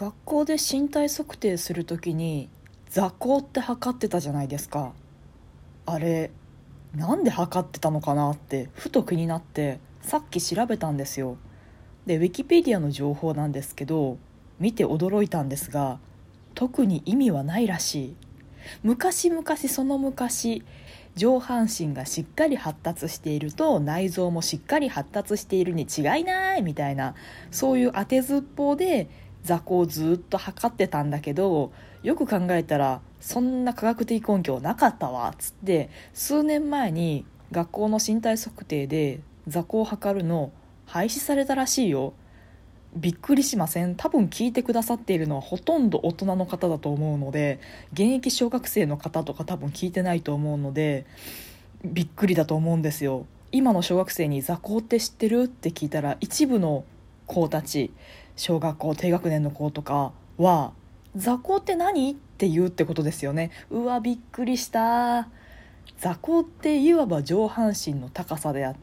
学校で身体測定するときに座高って測ってたじゃないですか。あれなんで測ってたのかなってふと気になってさっき調べたんですよ。でウィキペディアの情報なんですけど、見て驚いたんですが特に意味はないらしい。昔々その昔、上半身がしっかり発達していると内臓もしっかり発達しているに違いないみたいな、そういう当てずっぽうで座高をずっと測ってたんだけど、よく考えたらそんな科学的根拠なかったわっつって、数年前に学校の身体測定で座高を測るの廃止されたらしいよ。びっくりしません？多分聞いてくださっているのはほとんど大人の方だと思うので、現役小学生の方とか多分聞いてないと思うのでびっくりだと思うんですよ。今の小学生に座高って知ってるって聞いたら、一部の子たち、小学校低学年の子とかは座高って何って言うってことですよね。うわびっくりした。座高っていわば上半身の高さであって、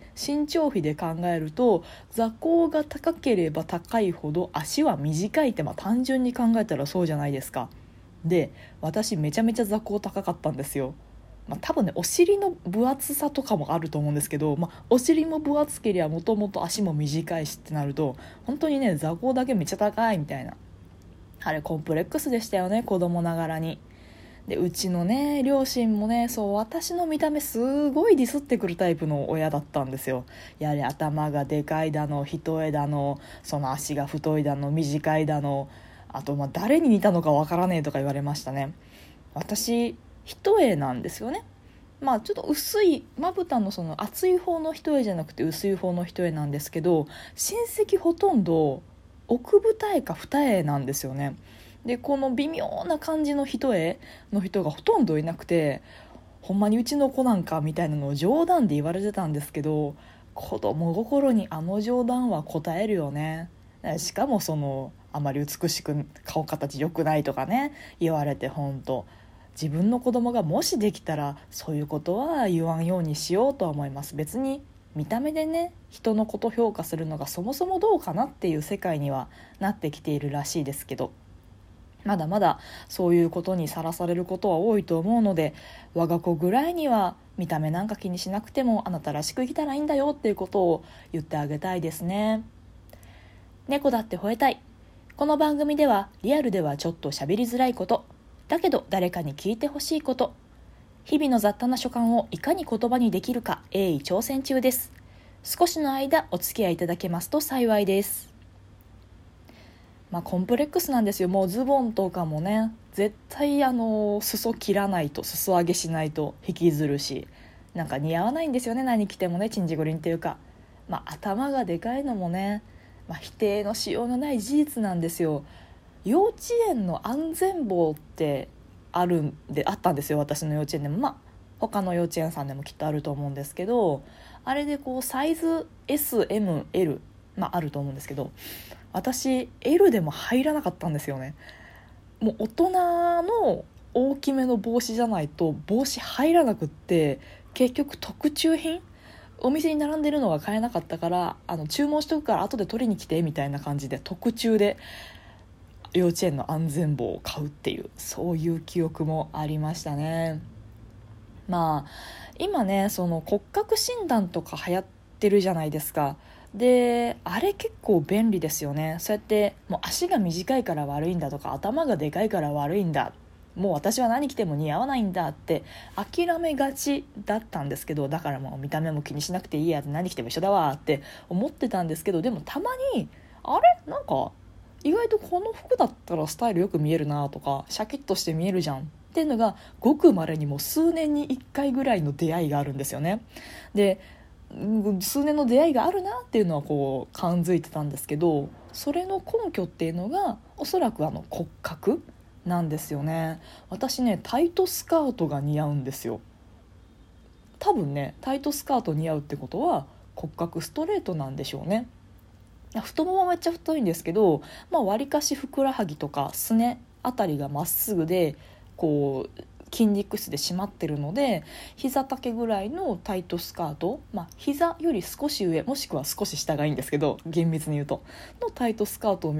身長比で考えると座高が高ければ高いほど足は短いって、単純に考えたらそうじゃないですか。で私めちゃめちゃ座高高かったんですよ。多分ね、お尻の分厚さとかもあると思うんですけど、お尻も分厚ければもともと足も短いしってなると、本当にね座高だけめっちゃ高いみたいな、あれコンプレックスでしたよね、子供ながらに。でうちのね両親もね、そう私の見た目すごいディスってくるタイプの親だったんですよ。やれ頭がでかいだの一重だの、その足が太いだの短いだの、あと誰に似たのかわからねえとか言われましたね。私一重なんですよね。ちょっと薄いまぶたのその厚い方の一重じゃなくて薄い方の一重なんですけど、親戚ほとんど奥二重か二重なんですよね。でこの微妙な感じの一重の人がほとんどいなくて、ほんまにうちの子なんかみたいなのを冗談で言われてたんですけど、子供心にあの冗談は答えるよね。しかもそのあまり美しく顔形良くないとかね言われて、本当自分の子供がもしできたらそういうことは言わんようにしようとは思います。別に見た目でね人のこと評価するのがそもそもどうかなっていう世界にはなってきているらしいですけど、まだまだそういうことにさらされることは多いと思うので、我が子ぐらいには見た目なんか気にしなくてもあなたらしく生きたらいいんだよっていうことを言ってあげたいですね。猫だって吠えたい。この番組ではリアルではちょっと喋りづらいこと、だけど誰かに聞いてほしいこと、日々の雑多な所感をいかに言葉にできるか鋭意挑戦中です。少しの間お付き合いいただけますと幸いです。コンプレックスなんですよ。もうズボンとかもね絶対裾切らないと、裾上げしないと引きずるし、なんか似合わないんですよね、何着てもね、チンジゴリンっていうか、頭がでかいのもね、否定のしようのない事実なんですよ。幼稚園の安全帽ってあったんですよ、私の幼稚園でも。他の幼稚園さんでもきっとあると思うんですけど、あれでこうサイズ SML、あると思うんですけど、私 L でも入らなかったんですよね。もう大人の大きめの帽子じゃないと帽子入らなくって、結局特注品お店に並んでるのが買えなかったから、注文しとくから後で取りに来てみたいな感じで特注で幼稚園の安全帽を買うっていう、そういう記憶もありましたね。今ねその骨格診断とか流行ってるじゃないですか。であれ結構便利ですよね。そうやってもう足が短いから悪いんだとか頭がでかいから悪いんだ、もう私は何着ても似合わないんだって諦めがちだったんですけど、だからもう見た目も気にしなくていいや、何着ても一緒だわって思ってたんですけど、でもたまにあれなんか意外とこの服だったらスタイルよく見えるなとか、シャキッとして見えるじゃんっていうのがごく稀にも数年に1回ぐらいの出会いがあるんですよね。で数年の出会いがあるなっていうのはこう感づいてたんですけど、それの根拠っていうのがおそらく骨格なんですよね。私ねタイトスカートが似合うんですよ。多分ねタイトスカート似合うってことは骨格ストレートなんでしょうね。太ももはめっちゃ太いんですけど、わりかしふくらはぎとかすねあたりがまっすぐでこう筋肉質で締まってるので、膝丈ぐらいのタイトスカート、膝より少し上もしくは少し下がいいんですけど、厳密に言うとのタイトスカートを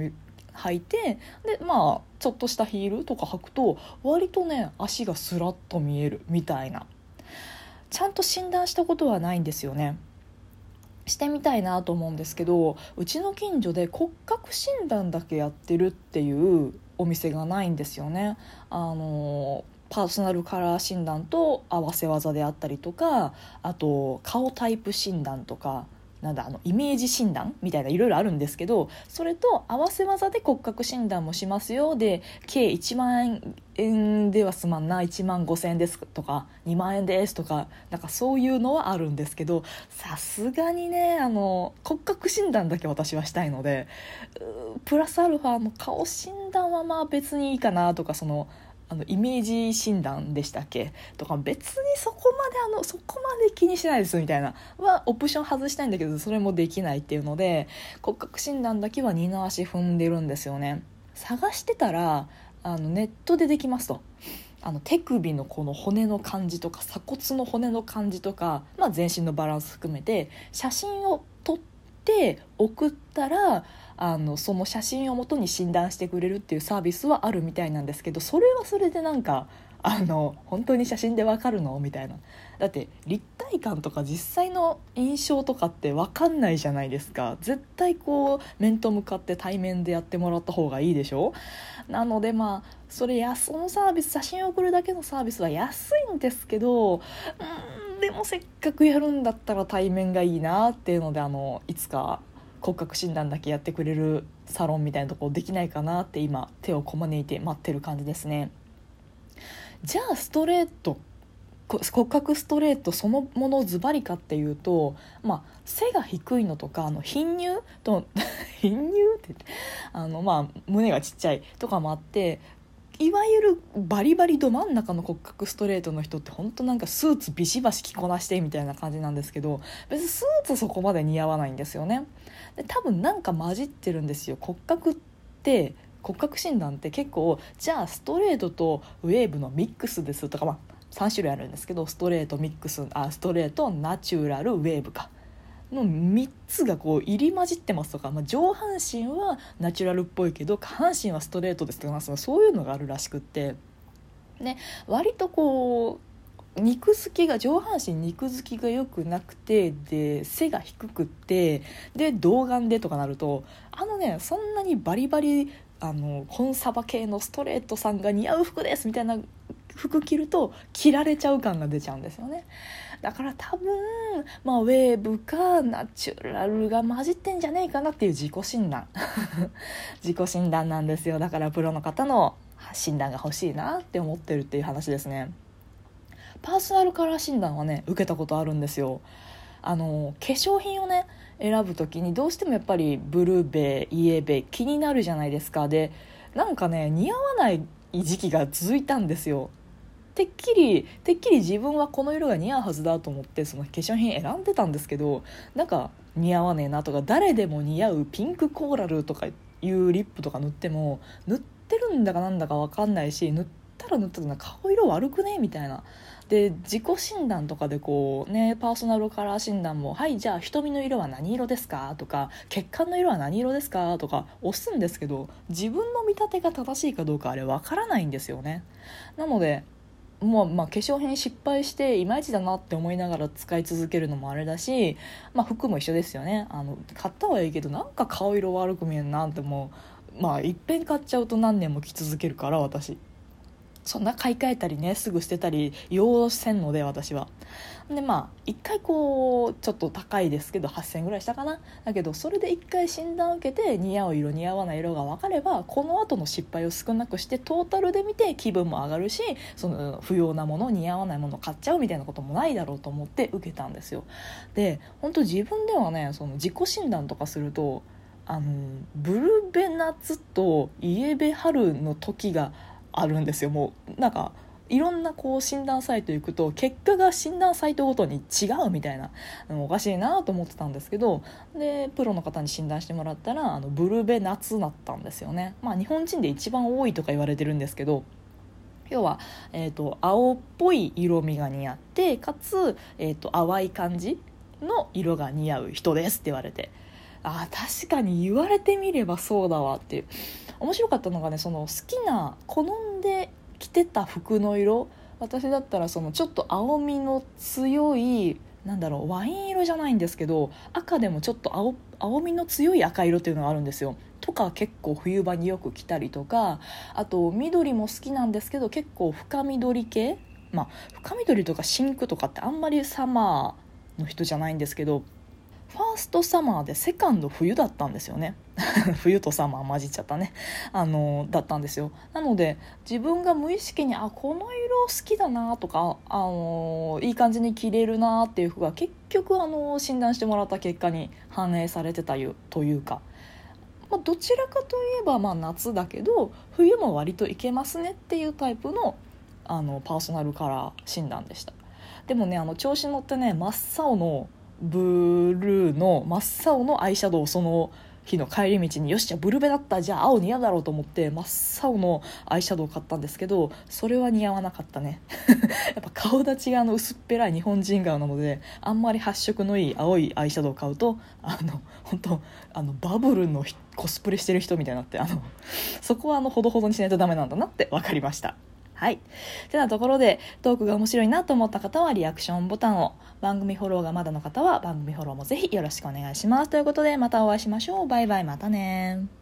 履いて、でちょっとしたヒールとか履くと割とね足がスラッと見えるみたいな。ちゃんと診断したことはないんですよね。してみたいなと思うんですけど、うちの近所で骨格診断だけやってるっていうお店がないんですよね。パーソナルカラー診断と合わせ技であったりとか、あと顔タイプ診断とか、イメージ診断みたいないろいろあるんですけど、それと合わせ技で骨格診断もしますよで、計1万円では済まんな、1万5,000円ですとか2万円ですとか、なんかそういうのはあるんですけど、さすがにね骨格診断だけ私はしたいので、プラスアルファの顔診断は別にいいかなとか、イメージ診断でしたっけとか、別にそこまで気にしないですみたいなはオプション外したいんだけど、それもできないっていうので、骨格診断だけは二の足踏んでるんですよね。探してたらネットでできますと。手首のこの骨の感じとか鎖骨の骨の感じとか、全身のバランス含めて写真を撮って送ったらその写真を元に診断してくれるっていうサービスはあるみたいなんですけど、それはそれでなんか本当に写真でわかるのみたいな。だって立体感とか実際の印象とかってわかんないじゃないですか。絶対こう面と向かって対面でやってもらった方がいいでしょ。なのでそのサービス、写真を送るだけのサービスは安いんですけど、でもせっかくやるんだったら対面がいいなっていうので、いつか骨格診断だけやってくれるサロンみたいなところできないかなって今手をこまねいて待ってる感じですね。じゃあ骨格ストレートそのものズバリかっていうと、背が低いのとか貧乳と貧乳って言って胸がちっちゃいとかもあって、いわゆるバリバリど真ん中の骨格ストレートの人って本当なんかスーツビシバシ着こなしてみたいな感じなんですけど、別にスーツそこまで似合わないんですよね。で多分なんか混じってるんですよ。骨格診断って結構、じゃあストレートとウェーブのミックスですとか、3種類あるんですけど、ストレートナチュラルウェーブの3つがこう入り混じってますとか、上半身はナチュラルっぽいけど下半身はストレートですとか、そういうのがあるらしくって、ね、割とこう上半身肉付きが良くなくて、で背が低くってで童顔でとかなるとそんなにバリバリコンサバ系のストレートさんが似合う服ですみたいな服着ると着られちゃう感が出ちゃうんですよね。だから多分、ウェーブかナチュラルが混じってんじゃねえかなっていう自己診断自己診断なんですよ。だからプロの方の診断が欲しいなって思ってるっていう話ですね。パーソナルカラー診断はね受けたことあるんですよ。化粧品をね選ぶときにどうしてもやっぱりブルベイエベ気になるじゃないですか。でなんかね似合わない時期が続いたんですよ。てっきり自分はこの色が似合うはずだと思ってその化粧品選んでたんですけど、なんか似合わねえなとか、誰でも似合うピンクコーラルとかいうリップとか塗っても塗ってるんだかなんだか分かんないし、塗ったら顔色悪くねみたいな。で自己診断とかでこうね、パーソナルカラー診断もはいじゃあ瞳の色は何色ですかとか血管の色は何色ですかとか押すんですけど、自分の見立てが正しいかどうかあれ分からないんですよね。なのでもう化粧品失敗していまいちだなって思いながら使い続けるのもあれだし、服も一緒ですよね。買ったはいいけどなんか顔色悪く見えるなっていっぺん買っちゃうと何年も着続けるから、私そんな買い替えたりねすぐ捨てたり要せんので、私はで一回こうちょっと高いですけど8,000円ぐらいしたかな。だけどそれで一回診断を受けて似合う色似合わない色が分かれば、この後の失敗を少なくしてトータルで見て気分も上がるし、その不要なもの似合わないものを買っちゃうみたいなこともないだろうと思って受けたんですよ。で本当自分ではねその自己診断とかするとブルベ夏とイエベ春の時があるんですよ。もうなんかいろんなこう診断サイト行くと結果が診断サイトごとに違うみたいな、おかしいなと思ってたんですけど、でプロの方に診断してもらったらブルベ夏だったんですよね。日本人で一番多いとか言われてるんですけど、要は、青っぽい色味が似合ってかつ、淡い感じの色が似合う人ですって言われて、 確かに言われてみればそうだわっていう。面白かったのがね、その好きな好んで着てた服の色、私だったらそのちょっと青みの強い、ワイン色じゃないんですけど、赤でもちょっと青みの強い赤色っていうのがあるんですよ。とか結構冬場によく着たりとか、あと緑も好きなんですけど結構深緑系、深緑とか深紅とかってあんまりサマーの人じゃないんですけど、ファーストサマーでセカンド冬だったんですよね。冬とサマー混じっちゃったね。だったんですよ。なので自分が無意識にこの色好きだなとか、いい感じに着れるなっていう服が結局診断してもらった結果に反映されてたというか、どちらかといえば夏だけど冬も割といけますねっていうタイプの、パーソナルカラー診断でした。でもね、調子乗ってね、真っ青のブルーの真っ青のアイシャドウをその日の帰り道に、よしじゃあブルベだった、じゃあ青似合うだろうと思って真っ青のアイシャドウを買ったんですけど、それは似合わなかったね。やっぱ顔立ちが薄っぺらい日本人顔なので、あんまり発色のいい青いアイシャドウを買うと本当バブルのコスプレしてる人みたいになって、そこはほどほどにしないとダメなんだなって分かりました。はい。てなところで、トークが面白いなと思った方はリアクションボタンを、番組フォローがまだの方は番組フォローもぜひよろしくお願いします。ということでまたお会いしましょう。バイバイ、またね。